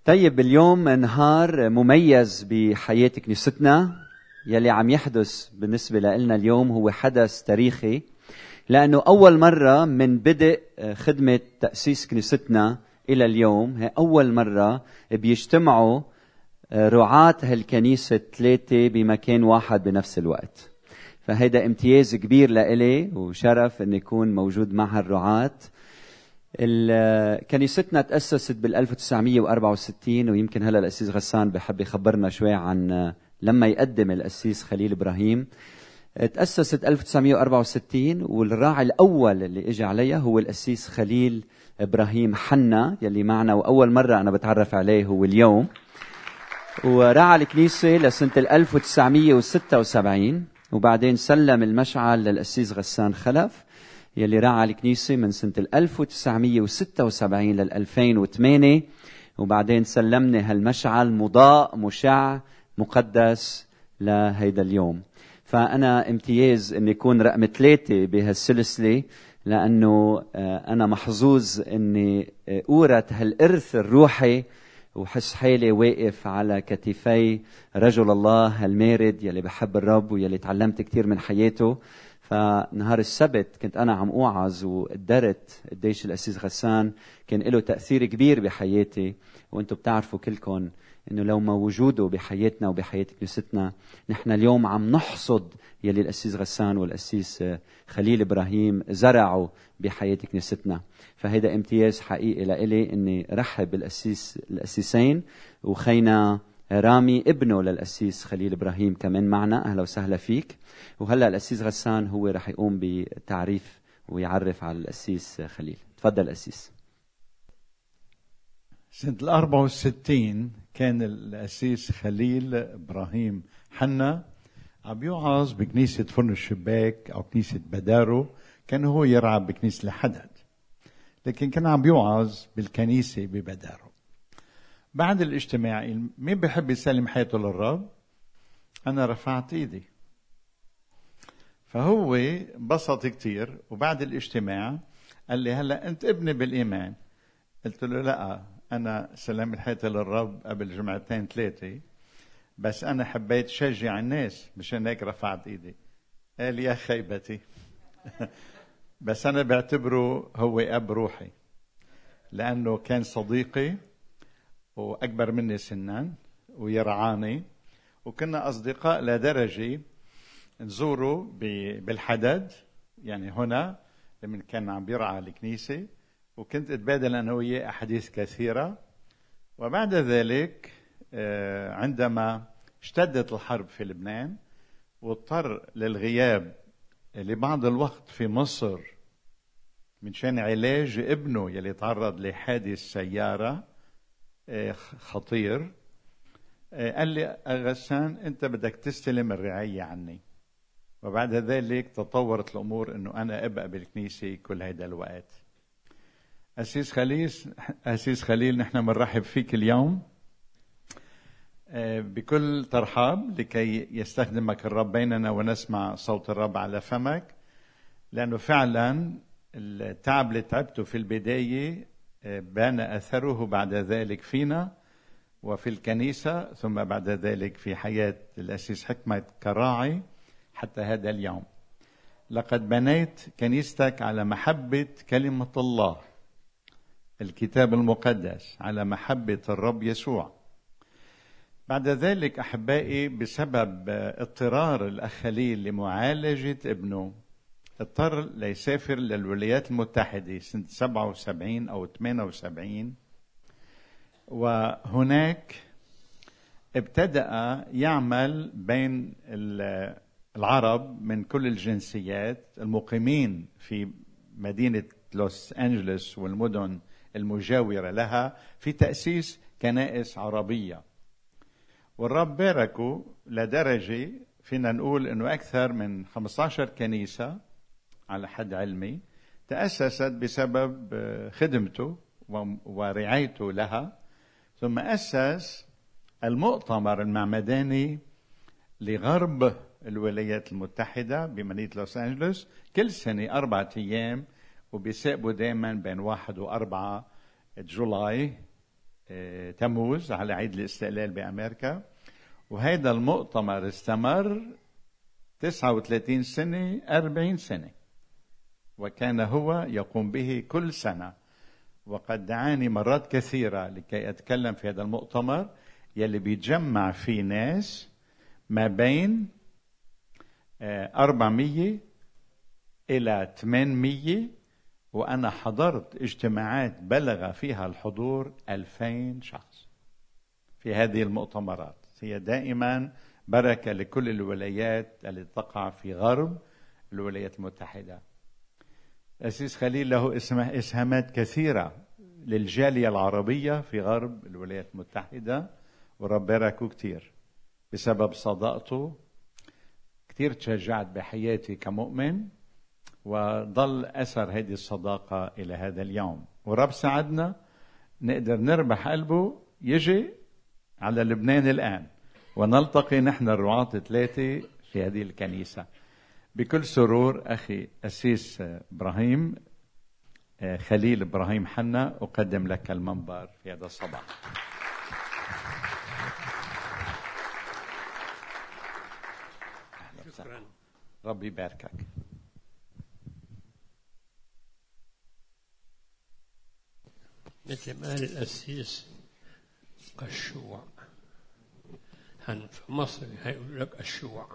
طيب، اليوم نهار مميز بحياة كنيستنا. يلي عم يحدث بالنسبة لنا اليوم هو حدث تاريخي، لأنه أول مرة من بدء خدمة تأسيس كنيستنا إلى اليوم هي أول مرة بيجتمعوا رعاة هالكنيسة 3 بمكان واحد بنفس الوقت. فهيدا امتياز كبير لإلي وشرف أن يكون موجود مع هالرعاة. كنيستنا تأسست بال1964، ويمكن هلا الأسيس غسان بحب يخبرنا شوي عن لما يقدم الأسيس خليل إبراهيم. تأسست 1964، والراعي الأول اللي إجى عليها هو الأسيس خليل إبراهيم حنا يلي معنا، وأول مرة أنا بتعرف عليه هو اليوم. ورعى الكنيسة لسنة 1976، وبعدين سلم المشعل للأسيس غسان خلف يلي رعى الكنيسة من سنة 1976 لل2008، وبعدين سلمني هالمشعل مضاء مشع مقدس لهيدا اليوم. فأنا امتياز أن يكون رقم 3 بهالسلسلة، لأنه أنا محظوظ أني أورث هالإرث الروحي وحس حالي واقف على كتفي رجل الله هالمارد يلي بحب الرب ويلي تعلمت كتير من حياته. فنهار السبت كنت أنا عم أوعظ وقدرت قديش الأسيس غسان كان له تأثير كبير بحياتي، وأنتم بتعرفوا كلكم إنه لو ما وجوده بحياتنا وبحياة كنيستنا نحن اليوم عم نحصد يلي الأسيس غسان والأسيس خليل إبراهيم زرعوا بحياة كنيستنا. فهذا امتياز حقيقي لإلي إني رحب الأسيسين، وخينا رامي ابنه للأسيس خليل إبراهيم كمان معنا. أهلا وسهلا فيك. وهلأ الأسيس غسان هو رح يقوم بتعريف ويعرف على الأسيس خليل. تفضل أسيس. سنة 64 كان الأسيس خليل إبراهيم حنا عم يوعظ بكنيسة فرن الشباك أو كنيسة بدارو. كان هو يرعى بكنيسة الحدد، لكن كان عم يوعظ بالكنيسة ببدارو. بعد الاجتماع، مين بيحب يسلم حياته للرب؟ أنا رفعت إيدي، فهو انبسط كتير. وبعد الاجتماع قال لي هلأ أنت ابني بالإيمان. قلت له لا، أنا سلمت حياتي للرب قبل جمعتين 3، بس أنا حبيت شجع الناس مشان هيك رفعت إيدي. قال يا خيبتي بس أنا بعتبره هو أب روحي، لأنه كان صديقي وأكبر مني سنا ويرعاني، وكنا أصدقاء لدرجة نزوره بالحدد، يعني هنا لمن كان عم بيرعى الكنيسة، وكنت أتبادل أنا وياه أحاديث كثيرة. وبعد ذلك عندما اشتدت الحرب في لبنان واضطر للغياب لبعض الوقت في مصر من شان علاج ابنه يلي تعرض لحادث سيارة خطير، قال لي غسان أنت بدك تستلم الرعاية عني. وبعد ذلك تطورت الأمور أنه أنا أبقى بالكنيسة كل هيدا الوقت. أسيس خليل، نحن منرحب فيك اليوم بكل ترحاب لكي يستخدمك الرب بيننا ونسمع صوت الرب على فمك، لأنه فعلا التعب اللي تعبته في البداية بان أثره بعد ذلك فينا وفي الكنيسة، ثم بعد ذلك في حياة الأسيس حكمة كراعي حتى هذا اليوم. لقد بنيت كنيستك على محبة كلمة الله، الكتاب المقدس، على محبة الرب يسوع. بعد ذلك أحبائي، بسبب اضطرار الأخ خليل لمعالجة ابنه، اضطر ليسافر للولايات المتحدة سنة 77 أو 78، وهناك ابتدأ يعمل بين العرب من كل الجنسيات المقيمين في مدينة لوس أنجلوس والمدن المجاورة لها في تأسيس كنائس عربية. والرب باركه لدرجة فينا نقول أنه أكثر من 15 كنيسة على حد علمي تأسست بسبب خدمته ورعايته لها. ثم أسس المؤتمر المعمداني لغرب الولايات المتحدة بمدينة لوس أنجلوس كل سنة 4 أيام، وبيساقبوا دائما بين 1 و4 جولاي تموز على عيد الاستقلال بأمريكا. وهيدا المؤتمر استمر 39 سنة 40 سنة، وكان هو يقوم به كل سنة. وقد دعاني مرات كثيرة لكي أتكلم في هذا المؤتمر يلي بيتجمع فيه ناس ما بين 400 إلى 800، وأنا حضرت اجتماعات بلغ فيها الحضور 2000 شخص في هذه المؤتمرات. هي دائما بركة لكل الولايات التي تقع في غرب الولايات المتحدة. أسيس خليل له إسهامات كثيرة للجالية العربية في غرب الولايات المتحدة، ورب باركه كتير بسبب صداقته. كتير تشجعت بحياتي كمؤمن، وظل أثر هذه الصداقة إلى هذا اليوم. ورب ساعدنا نقدر نربح قلبه يجي على لبنان الآن، ونلتقي نحن الرعاة 3 في هذه الكنيسة. بكل سرور أخي أسيس إبراهيم خليل إبراهيم حنا، أقدم لك المنبر في هذا الصباح. شكرا. ربي يباركك. مثل ما قال القسيس قشوع، في مصر هيقول لك قشوع،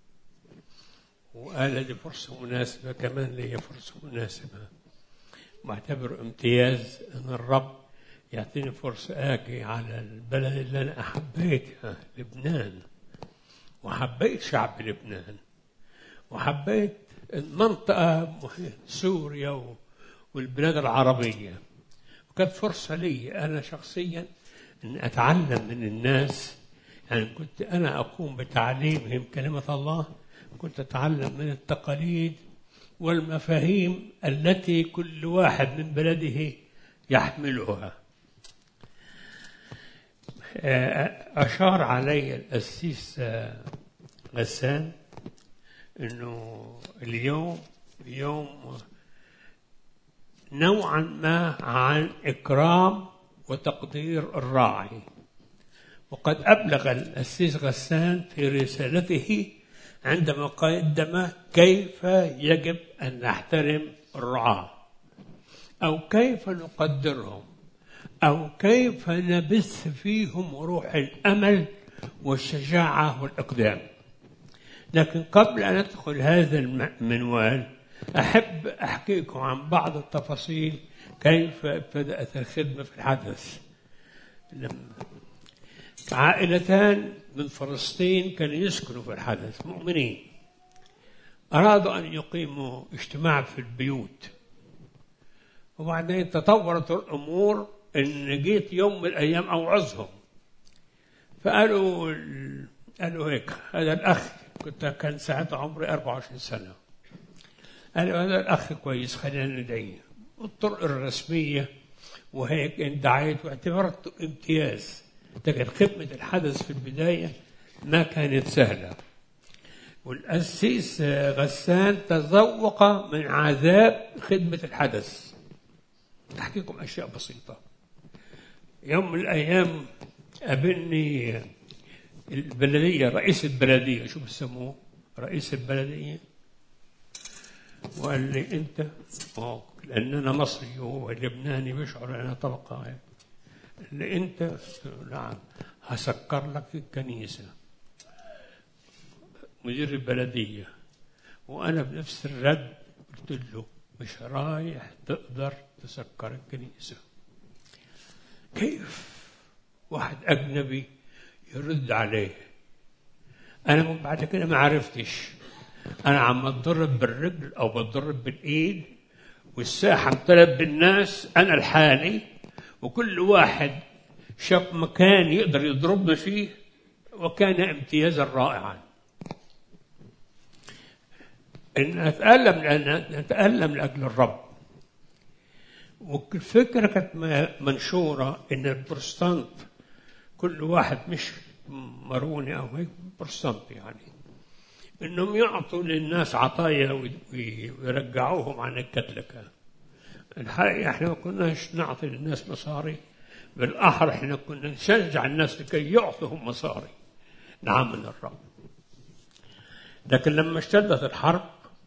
وقال دي فرصة مناسبة، كمان لي فرصة مناسبة، بعتبر امتياز ان الرب يعطيني فرصة اجي على البلد اللي انا احبيتها، لبنان، وحبيت شعب لبنان، وحبيت المنطقة سوريا والبلاد العربية. وكانت فرصة لي أنا شخصيا أن أتعلم من الناس. يعني كنت أنا أقوم بتعليمهم كلمة الله، كنت أتعلم من التقاليد والمفاهيم التي كل واحد من بلده يحملها. أشار علي القسيس غسان أنه اليوم يوم نوعا ما عن إكرام وتقدير الراعي، وقد أبلغ القسيس غسان في رسالته عندما قدم كيف يجب أن نحترم الرعاة، أو كيف نقدرهم، أو كيف نبث فيهم روح الأمل والشجاعة والإقدام. لكن قبل أن أدخل هذا المنوال أحب أحكيكم عن بعض التفاصيل كيف بدأت الخدمة في الحدث. عائلتان من فلسطين كانوا يسكنوا في الحدث، مؤمنين، أرادوا أن يقيموا اجتماع في البيوت، وبعدين تطورت الأمور إن جيت يوم من الأيام أوعظهم، فقالوا هيك، هذا الأخ كان ساعتها عمري 24 سنة، قالوا هذا الأخ كويس خلينا ندعيه. الطرق الرسمية وهيك اندعيت واعتبرته امتياز، لكن خدمة الحدث في البداية ما كانت سهلة. والقسيس غسان تذوق من عذاب خدمة الحدث. أحكيكم أشياء بسيطة. يوم من الأيام قابلني البلدية، رئيس البلدية، شو بسموه، رئيس البلدية، وقال لي أنت، لأن أنا مصري وهو لبناني بيشعر أنا طبقة، قال لي أنت، نعم، هسكر لك الكنيسة، مدير البلدية. وأنا بنفس الرد قلت له مش رايح تقدر تسكر الكنيسة. كيف واحد أجنبي يرد عليه؟ أنا من بعد كده ما عرفتش أنا عم أتضرب بالرجل أو بتضرب بالإيد، والساحة امتلت بالناس، أنا الحالي، وكل واحد شاف مكان يقدر يضربني فيه، وكان امتيازا رائعا. إن نتألم لأجل الرب. والفكرة كانت منشورة إن البروتستانت كل واحد مش ماروني أو هيك، بروتستانت يعني، إنهم يعطوا للناس عطايا ويرجعوهم عن الكتلكة. الحقيقة إحنا ما كناش نعطي للناس مصاري، بالأحرى احنا كنا نشجع الناس لكي يعطهم مصاري لعمل الرب. لكن لما اشتدت الحرب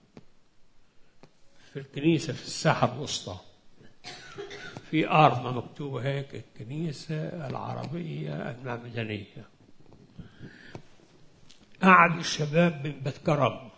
في الكنيسة في الساحة الوسطى في أرض مكتوبة هيك الكنيسة العربية المعمدانية، قعد الشباب من بيت كرم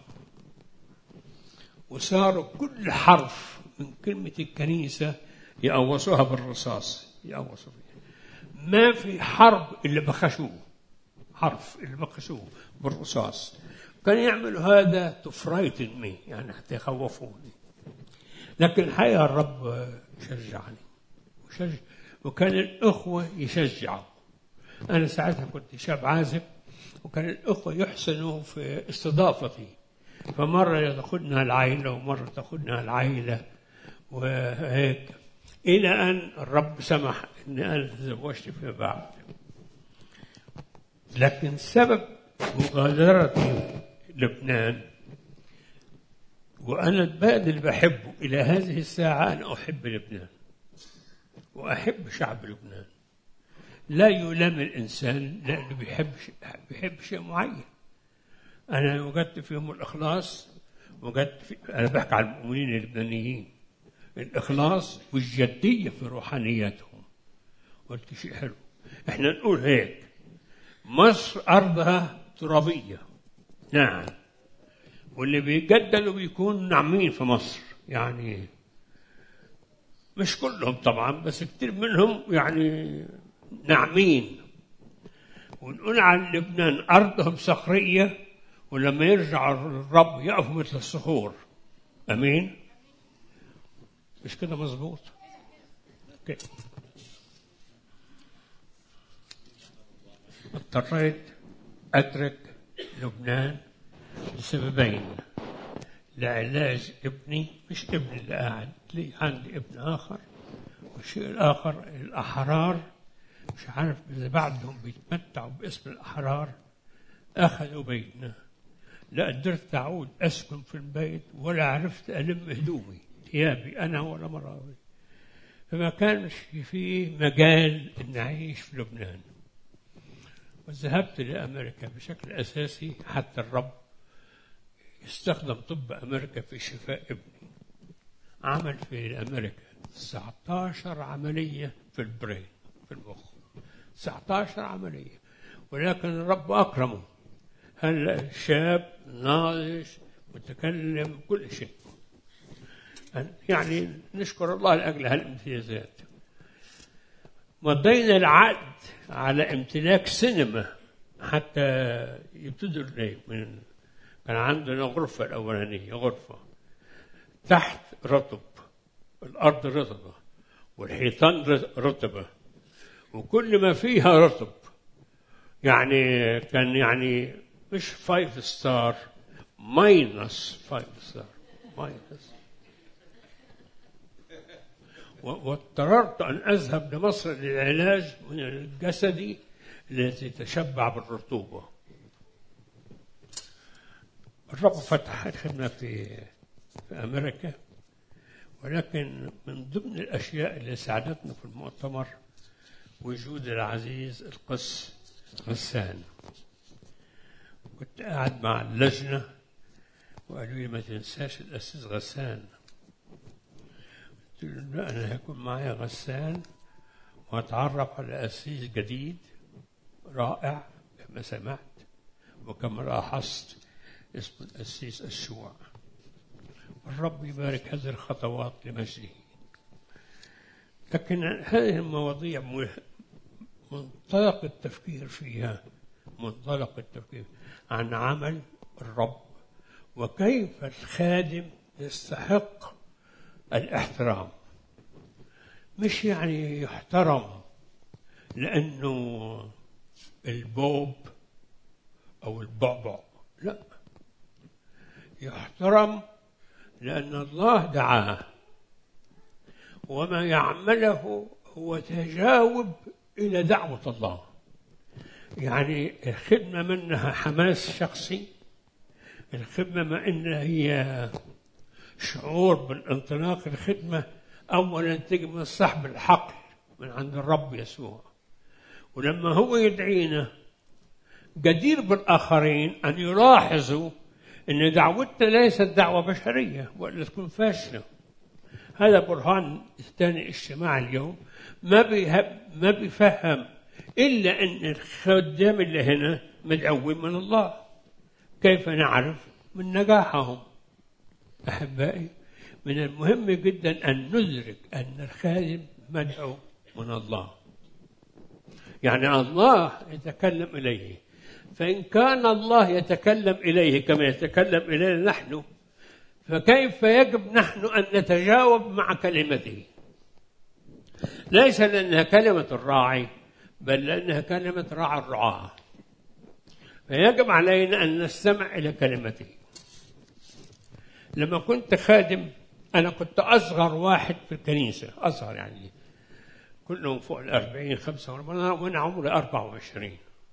وصاروا كل حرف من كلمة الكنيسة يقوصوها بالرصاص، يقوصوا فيها. ما في حرب إلا بخشوه، حرف اللي بخشوه بالرصاص. كان يعملوا هذا to frighten me، يعني حتى يخوفوني. لكن الحقيقة الرب شجعني وكان الأخوة يشجعوا. أنا ساعتها كنت شاب عازب، وكان الأخوة يحسنوا في استضافتي، فمرة يأخذنا العائلة ومرة تأخذنا العائلة وهيك، إلى أن الرب سمح أني أنا تزوجت فيما بعد. لكن سبب مغادرتي لبنان، وأنا البلد اللي بحبه إلى هذه الساعة، أنا أحب لبنان وأحب شعب لبنان. لا يلام الإنسان لأنه بيحب شيء معين. أنا وجدت فيهم الإخلاص، أنا بحكي عن المؤمنين اللبنانيين، الإخلاص والجدية في روحانياتهم. قلت شيء حلو. إحنا نقول هيك: مصر أرضها ترابية، نعم، واللي بيجدلوا بيكونوا ناعمين في مصر، يعني مش كلهم طبعا بس كتير منهم يعني ناعمين. ونقول عن لبنان أرضهم صخرية، ولما يرجع الرب يقفوا مثل الصخور. أمين؟ مش كده مظبوط؟ اوكي. اضطريت أترك لبنان لسببين: لعلاج ابني، مش ابني اللي قاعد لي، عندي ابن آخر، والشيء الآخر الأحرار، مش عارف إذا بعدهم بيتمتعوا باسم الأحرار، أخذوا بيتنا. لا قدرت أعود أسكن في البيت ولا عرفت ألم هدومي ثيابي أنا ولا مراتي، فما كانش فيه مجال أن أعيش في لبنان. وذهبت لأمريكا بشكل أساسي حتى الرب يستخدم طب أمريكا في شفاء ابني. عمل في أمريكا 19 عملية في البرين، في المخ، 19 عملية، ولكن الرب أكرمه. هلا شاب ناضج متكلم كل شيء، يعني نشكر الله لأجل هالامتيازات. مضينا العقد على امتلاك سينما حتى يبتدوا الليل. كان عندنا غرفة الأولانية، غرفة تحت رطب، الأرض رطبة والحيطان رطبة وكل ما فيها رطب، يعني كان يعني مش 5 ستار، ماينس 5 ستار، ماينس. واضطررت أن أذهب لمصر للعلاج من الجسدي الذي تشبع بالرطوبة. الرب فتح الخدمة في أمريكا، ولكن من ضمن الأشياء اللي ساعدتنا في المؤتمر وجود العزيز القس غسان. كنت قاعد مع اللجنة وقالوا لي ما تنساش الأسيس غسان. قلت له لا، أنا هيكون معي غسان وأتعرف على أسيس جديد رائع كما سمعت وكما لاحظت، اسمه الأسيس الشوع. الرب يبارك هذه الخطوات لمجده. لكن هذه المواضيع منطلق التفكير فيها، منطلق التفكير عن عمل الرب وكيف الخادم يستحق الاحترام. مش يعني يحترم لأنه البوب أو البعبع، لا، يحترم لأن الله دعاه وما يعمله هو تجاوب إلى دعوة الله. يعني الخدمة منها حماس شخصي، الخدمة ما إنها هي شعور بالانطلاق. الخدمة أولا تجي من صاحب الحقل من عند الرب يسوع. ولما هو يدعينا جدير بالآخرين أن يلاحظوا أن دعوتنا ليست دعوة بشرية وإلا تكون فاشلة. هذا برهان ثاني اجتماع اليوم ما بيفهم إلا أن الخدام اللي هنا مدعوين من الله. كيف نعرف؟ من نجاحهم. أحبائي، من المهم جدا أن ندرك أن الخادم مدعو من الله، يعني الله يتكلم إليه. فإن كان الله يتكلم إليه كما يتكلم إلينا نحن، فكيف يجب نحن أن نتجاوب مع كلمته؟ ليس لأنها كلمة الراعي، بل لأنها كلمة راعي الرعاة. فيجب علينا أن نستمع إلى كلمته. لما كنت خادم، أنا كنت أصغر واحد في الكنيسة، أصغر يعني كلهم فوق 40 45 وأنا عمري 24.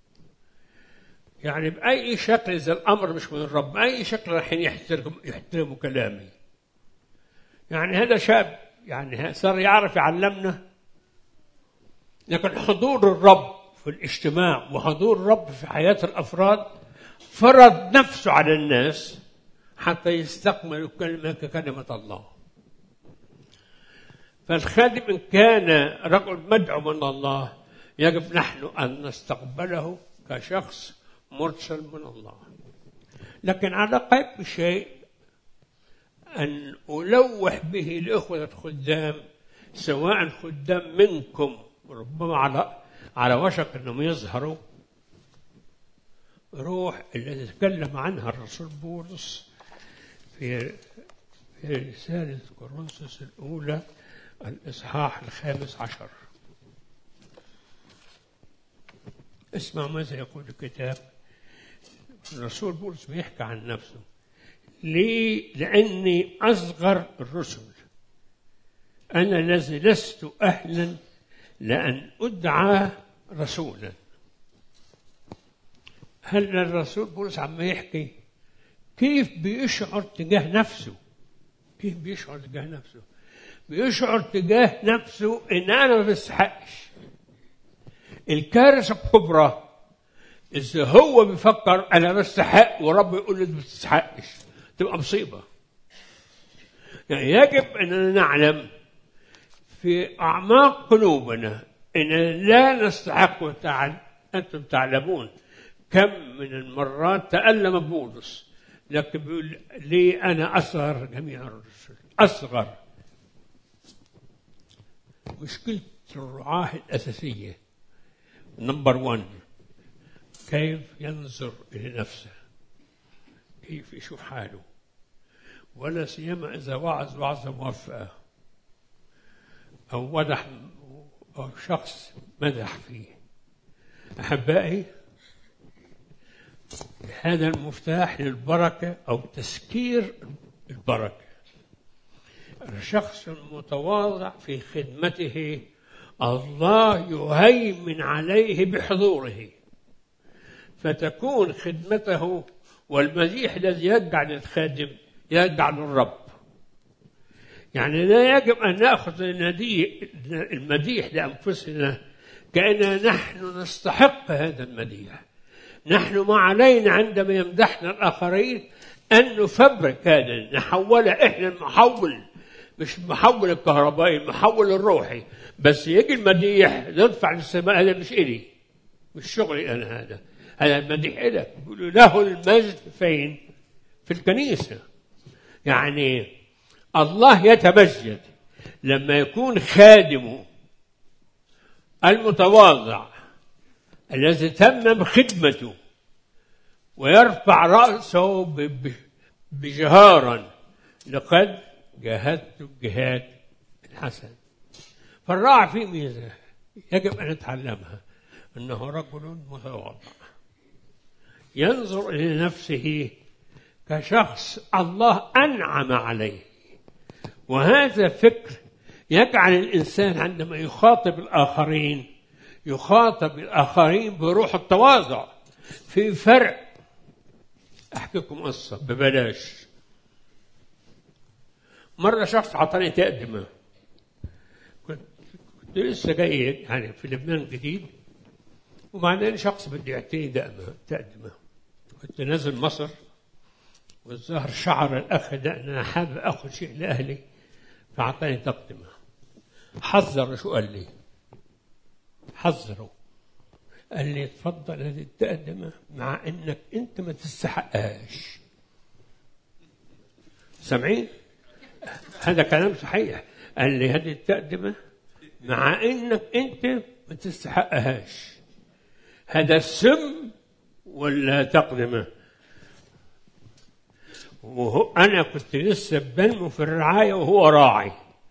يعني بأي شكل إذا الأمر مش من الرب، بأي شكل رايحين يحترموا كلامي. يعني هذا شاب يعني صار يعرف يعلمنا، لكن حضور الرب في الاجتماع وحضور الرب في حياة الأفراد فرض نفسه على الناس حتى يستقبلوا كلمة الله. فالخادم إن كان رجل مدعو من الله يجب نحن أن نستقبله كشخص مرسل من الله. لكن على قلب شيء أن ألوح به لأخوة الخدام، سواء خدام منكم ربما على وشك أنهم يظهروا، روح التي تكلم عنها الرسول بولس في رسالة كورنثوس الأولى الإصحاح 15. اسمع ماذا يقول الكتاب. الرسول بولس بيحكي عن نفسه. لأني أصغر الرسل، أنا الذي لست أهلا لأن أدعى رسولا. هل الرسول بولس عم يحكي كيف بيشعر تجاه نفسه؟ كيف بيشعر تجاه نفسه؟ بيشعر تجاه نفسه إن أنا ما بستحقش. الكارثة الكبرى إذا هو بيفكر أنا بستحق ورب يقول لي ما بتستحقش، تبقى مصيبة. يعني يجب أننا نعلم في أعماق قلوبنا إن لا نستحق. أنتم تعلمون كم من المرات تألم بولس، لكن بيقول لي أنا أصغر جميع الرسل، أصغر. مشكلة الرعاة الأساسية نمبر 1 كيف ينظر إلى نفسه، كيف يشوف حاله، ولا سيما إذا وعظ موفقة أو وضح أو شخص مدح فيه. أحبائي، هذا المفتاح للبركة أو تسكير البركة. الشخص المتواضع في خدمته الله يهيمن عليه بحضوره، فتكون خدمته والمديح الذي يرجع للخادم يرجع للرب. يعني لا يجب أن نأخذ المديح لأنفسنا كأننا نحن نستحق هذا المديح. نحن ما علينا عندما يمدحنا الآخرين أن نفبرك هذا، نحوله إحنا المحول، مش المحول الكهربائي، المحول الروحي. بس يجي المديح يرفع للسماء، هذا مش إلي، مش شغلي أنا، هذا المديح إلك. يقولوا له المجد فين؟ في الكنيسة. يعني الله يتمجد لما يكون خادمه المتواضع الذي تمم خدمته ويرفع رأسه بجهارا لقد جاهدت الجهاد الحسن. فالراعي فيه ميزة يجب أن نتعلمها، أنه رجل متواضع ينظر إلى نفسه كشخص الله أنعم عليه. وهذا فكر يجعل الإنسان عندما يخاطب الآخرين بروح التواضع. في فرق. أحكيكم قصة ببلاش. مرة شخص عطاني تقدمة، كنت كنت لسه جاي يعني في لبنان جديد، وبعدين شخص بدي يعطيني تقدمة. كنت نازل مصر، والظاهر شعر الأخ ده أن أنا حابب أخذ شيء لأهلي، فأعطاني تقدمة. حذر، شو قال لي؟ حذره، قال لي اتفضل هذه التقدمة مع أنك أنت ما تستحقهاش. سامعين؟ هذا كلام صحيح. قال لي هذه التقدمة مع أنك أنت ما تستحقهاش. هذا سم ولا تقدمة؟ أنا كنت لسه بنمو في الرعاية وهو راعي.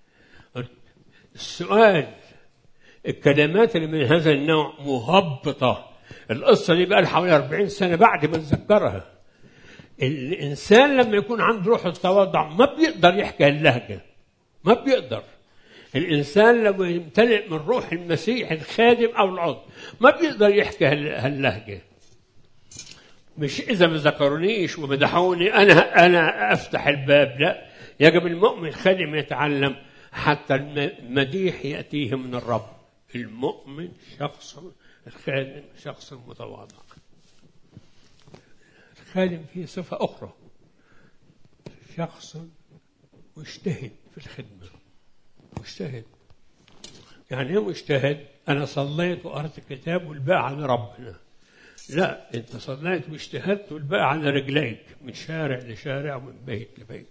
السؤال، الكلمات اللي من هذا النوع مهبطة. القصة دي بقى لها حوالي 40 سنة بعد ما اتذكرها. الإنسان لما يكون عنده روح التواضع ما بيقدر يحكي اللهجة، ما بيقدر. الإنسان لما يمتلئ من روح المسيح الخادم أو العضو ما بيقدر يحكي هاللهجة. مش إذا ما ذكرونيش ومدحوني أنا أفتح الباب، لا، يجب المؤمن الخادم يتعلم حتى المديح يأتيه من الرب. المؤمن شخص، الخادم شخص متواضع. الخادم فيه صفة أخرى، شخص مجتهد في الخدمة. مجتهد يعني ايه مجتهد؟ أنا صليت وقرأت الكتاب والباقي عن ربنا. لا، أنت صليت واجتهدت والباقي عن رجليك، من شارع لشارع ومن بيت لبيت.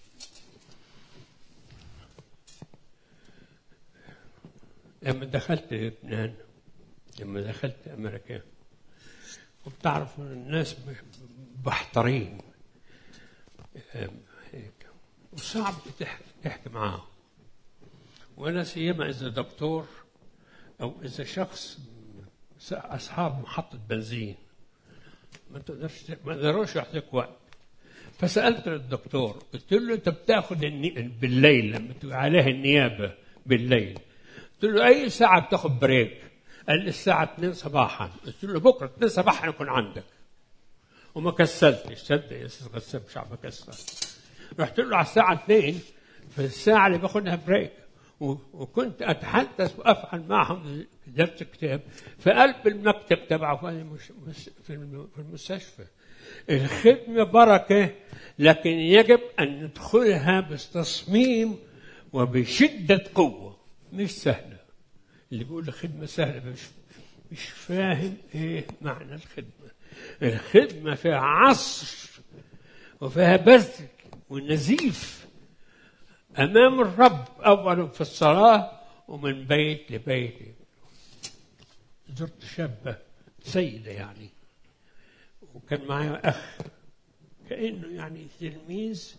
لما دخلت لبنان، لما دخلت أمريكا، وبتعرف الناس بحترين وصعب تحكي معاهم، ولا سيما إذا دكتور أو إذا شخص أصحاب محطة بنزين ما قدروش يعطيك وقت. فسألت الدكتور، قلت له أنت بتاخد بالليل لما تبقى عليه النيابة بالليل، قلت له أي ساعة بتاخد بريك؟ قال لي الساعة 2 صباحا. قلت له بكرة 2 صباحا أكون عندك. وما كسلتش، صدق يا أستاذ غسان مش عم بكسل. رحت له على الساعة 2 في الساعة اللي باخدها بريك، وكنت أتحدث وأفعل معهم درس كتاب في قلب المكتب تبعه في المستشفى. الخدمة بركة، لكن يجب أن ندخلها بتصميم وبشدة قوة، مش سهلة. اللي بيقول الخدمة سهلة مش فاهم إيه معنى الخدمة. الخدمة فيها عصر وفيها بذل ونزيف أمام الرب، أولا في الصلاة ومن بيت لبيت. زرت شابة سيدة يعني، وكان معايا أخ كأنه يعني تلميذ.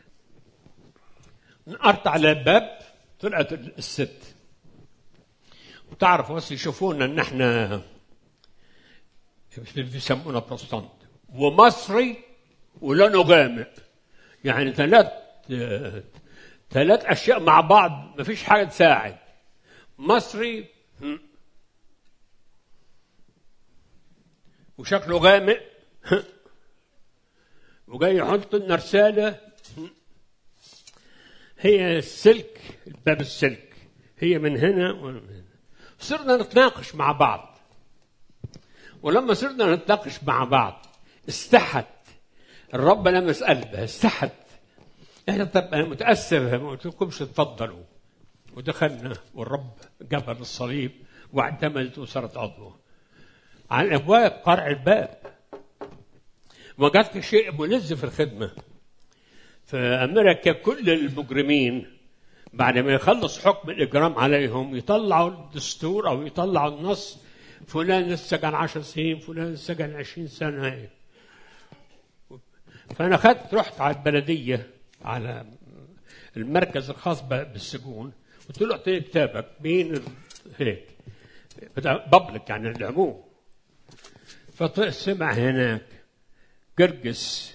نقرت على الباب، طلعت الست، وتعرف بس يشوفونا ان احنا بيسمونا بروتستانت ومصري ولونه غامق، يعني ثلاث اشياء مع بعض ما فيش حاجه تساعد. مصري وشكله غامق وجاي يحط لنا رساله. هي السلك، باب السلك، هي من هنا ومن هنا. صرنا نتناقش مع بعض، ولما صرنا نتناقش مع بعض استحت الرب لمس قلبها، استحت. طب انا متاسف، ما قلتلكمش تفضلوا. ودخلنا والرب جبل الصليب واعتمدت وصارت عضوه. على الابواب، قرع الباب. وجدت شيء ملذ في الخدمه. في أمريكا كل المجرمين بعد ما يخلص حكم الإجرام عليهم يطلعوا الدستور أو يطلعوا النص، فلان السجن 10 سنين، فلان السجن 20 سنة. فأنا رحت على البلدية، على المركز الخاص بالسجون، قلت له اعطيني كتابك مين هيك بابليك يعني العموم. فسمع هناك قرقس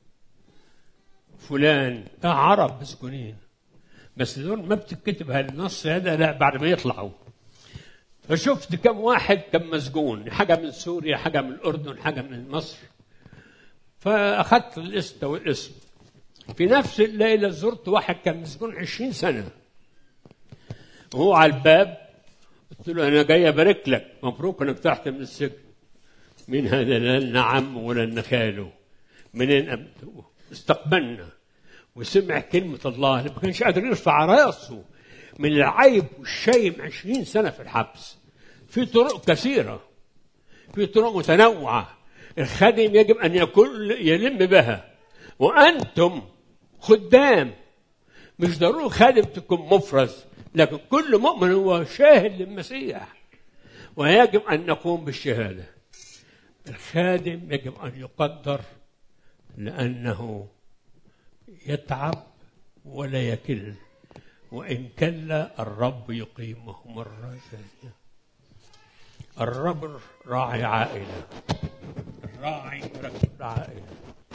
فلان، عرب مسجونين، بس دول ما بتكتب هالنص هذا لا بعد ما يطلعوا. فشفت كم واحد كم مسجون، حاجة من سوريا، حاجة من الأردن، حاجة من مصر. فأخذت الاسم والاسم. في نفس الليلة زرت واحد كان مسجون 20 سنة، وهو على الباب قلت له أنا جاي أبارك لك، مبروك إنك تحت من السجن. من هذا؟ لا لنا عم ولا لنا خاله. منين استقبلنا وسمع كلمة الله اللي ما كانش قادر يرفع راسه من العيب والشيم. 20 سنة في الحبس، في طرق كثيرة، في طرق متنوعة الخادم يجب أن يلم بها. وأنتم خدام، مش ضروري خادم تكون مفرز، لكن كل مؤمن هو شاهد للمسيح، ويجب أن نقوم بالشهادة. الخادم يجب أن يقدر لأنه يتعب ولا يكل، وإن كل الرب يقيمه مرة ثانية. الرب راعي عائلة، الراعي يركب العائلة.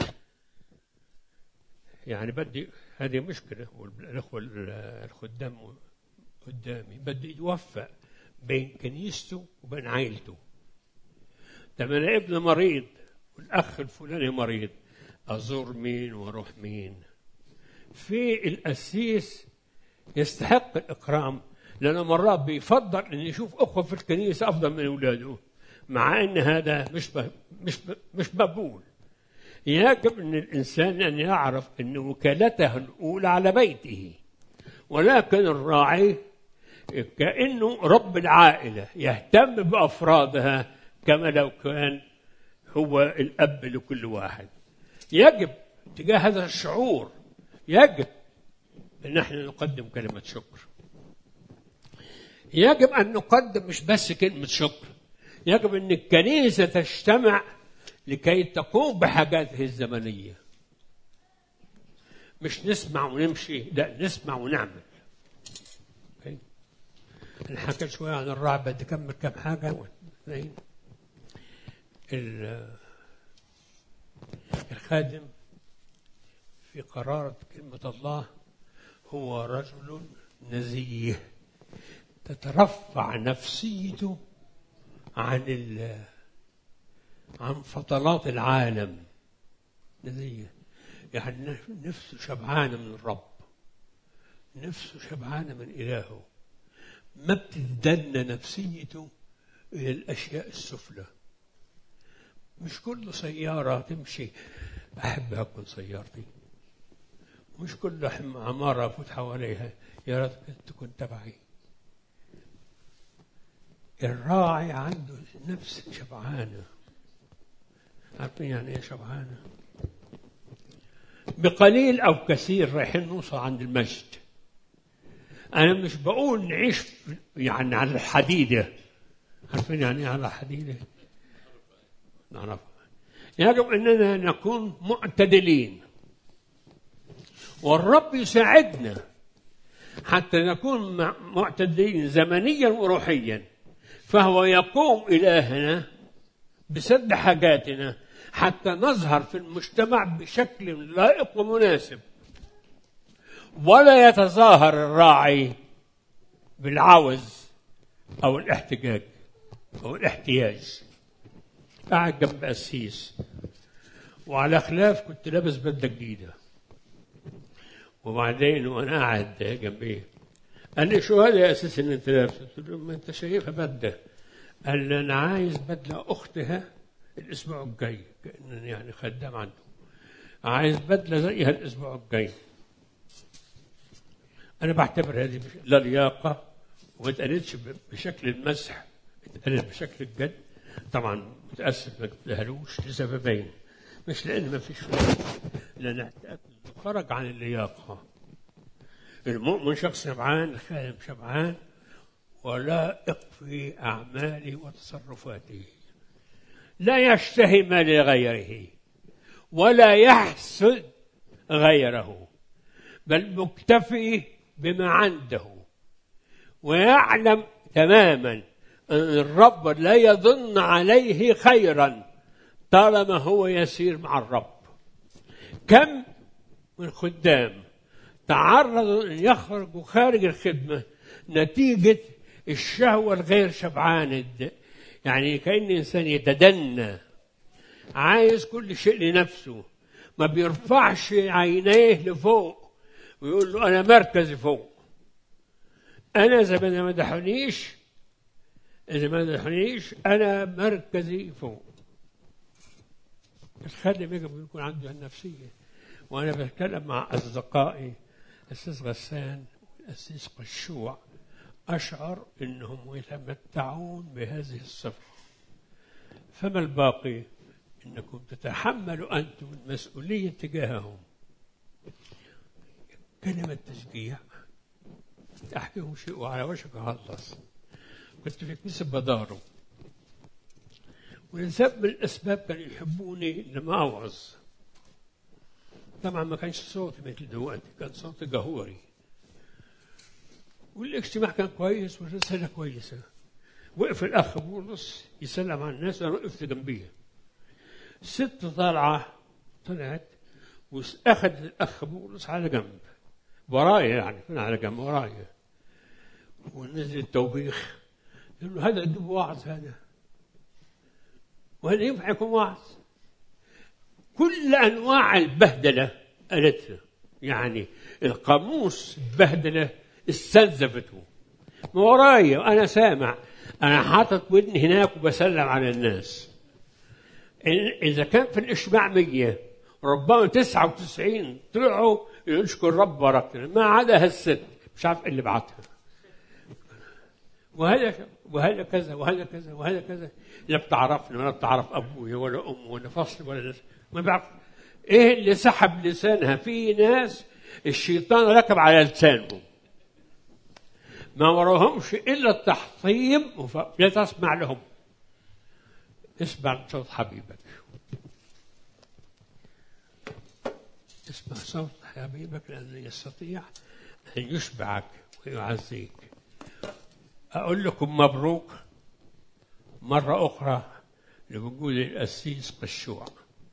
يعني بدي، هذه مشكلة، والأخوة الخدام قدامي بدي يوفق بين كنيسته وبين عائلته. طب أنا ابن مريض والأخ الفلاني مريض، أزور مين وأروح مين؟ في القسيس يستحق الإكرام، لأنه مرات بيفضل أن يشوف أخوة في الكنيسة أفضل من أولاده، مع أن هذا مش مقبول. يجب أن الإنسان أن يعرف أن وكالته الأولى على بيته، ولكن الراعي كأنه رب العائلة يهتم بأفرادها كما لو كان هو الأب لكل واحد. يجب تجاه هذا الشعور يجب أن نحن نقدم كلمة شكر. يجب أن نقدم مش بس كلمة شكر، يجب أن الكنيسة تجتمع لكي تقوم بحاجاته الزمنية. مش نسمع ونمشي، لا، نسمع ونعمل. أنا حكيت شوية عن الراعي، بدي أكمل كم حاجة. الخادم في قرارة كلمة الله هو رجل نزيه تترفع نفسيته عن فضلات العالم. نزيه يعني نفسه شبعانة من الرب، نفسه شبعانة من إلهه، ما بتدن نفسيته إلى الأشياء السفلى. مش كل سيارة تمشي أحب أكون سيارتي، مش كل عمارة أفوت حواليها يا ريت تكون تبعي. الراعي عنده نفس شبعانة. عارفين يعني إيه شبعانة؟ بقليل أو كثير رايحين نوصل عند المجد. أنا مش بقول نعيش يعني على الحديدة. عارفين يعني إيه على الحديدة؟ نعرف. يجب أننا نكون معتدلين، والرب يساعدنا حتى نكون معتدلين زمنيا وروحيا. فهو يقوم إلهنا بسد حاجاتنا حتى نظهر في المجتمع بشكل لائق ومناسب. ولا يتظاهر الراعي بالعوز أو الاحتجاج أو الاحتياج. قاعد جنب قسيس، وعلى خلاف كنت لابس بدلة جديدة، وبعدين وأنا قاعد جنبيه قال لي شو هذا يا أساس إن أنت لابس؟ قلت له ما أنت شايفها بدلة. قال لي أنا عايز بدلة أختها الأسبوع الجاي، كأنني يعني خدام عنده، عايز بدلة زيها الأسبوع الجاي. أنا بعتبر هذه لا لياقة، وما اتقالتش بشكل المزح، اتقالت بشكل الجد. طبعا متأسف ما جبتهالوش لسببين، مش لأن ما فيش وقت، لأن اعتقد خرج عن اللياقة. المؤمن شخص شبعان، الخادم شبعان ولائق في أعماله وتصرفاته، لا يشتهي ما لغيره ولا يحسد غيره، بل مكتفي بما عنده، ويعلم تماما أن الرب لا يظن عليه خيرا طالما هو يسير مع الرب. كم من خدام تعرضوا أن يخرجوا خارج الخدمة نتيجة الشهوة الغير شبعانة، يعني كأن إنسان يتدنى، عايز كل شيء لنفسه، ما بيرفعش عينيه لفوق ويقول له أنا مركزي فوق، أنا إذا ما مدحونيش إذا ما دحنيش أنا مركزي فوق. الخادم يجب يكون عنده النفسية. وأنا بتكلم مع أصدقائي الأستاذ غسان والأستاذ قشوع، أشعر أنهم يتمتعون بهذه الصفة. فما الباقي؟ أنكم تتحملوا أنتم المسؤولية تجاههم. كلمة تشجيع أحكيهم شيء وعلى وشك أخلص. كنت في كنيسة بدارو، ولسبب من الأسباب كانوا يحبوني لما أوعظ. طبعا ما كانش صوتي مثل دلوقتي، كان صوتي جهوري، والاجتماع كان كويس والرسالة كويسة. وقف الأخ بولس يسلم على الناس وأنا وقفت جنبيه. ست طلعت وأخذت الأخ بولس على جنب ورايا، يعني كان على جنب ورايا، ونزل التوبيخ. قال له هذا عنده وعظ، وهل ينفع يكون وعظ؟ كل أنواع البهدلة قالت له، يعني القاموس بهدلة استنزفته ما ورايا وأنا سامع. أنا حاطط ودني هناك وبسلم على الناس. إذا كان في الإشباع 100 ربما 99 طلعوا يشكر رب بركتنا، ما عدا هالست مش عارف اللي بعتها. وهذا كذا وهذا كذا وهذا كذا. لا بتعرفني ولا بتعرف أبوي ولا أمي ولا فصل ولا ما بعرف إيه اللي سحب لسانها. في ناس الشيطان ركب على لسانهم ما وراهمش إلا التحطيم، لا تسمع لهم. اسمع صوت حبيبك، اسمع صوت حبيبك، لأنه يستطيع أن يشبعك ويعزيك. أقول لكم مبروك مرة أخرى لوجود القسيس قشوع،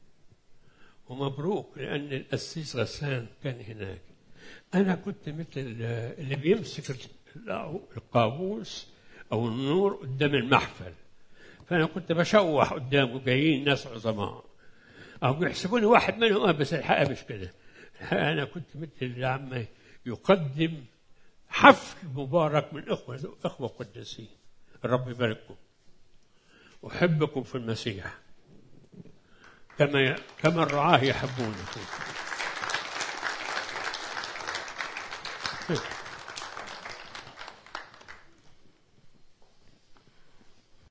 ومبروك لأن القسيس غسان كان هناك. أنا كنت مثل اللي بيمسك القاموس أو النور قدام المحفل، فأنا كنت بشوح قدامه جايين ناس عظماء أو بيحسبوني واحد منهم، بس الحقيقة مش كده. الحقيقة أنا كنت مثل اللي عم يقدم حفل مبارك من أخوة قدسين. الرب يبارككم، أحبكم في المسيح كما الرعاة يحبونكم.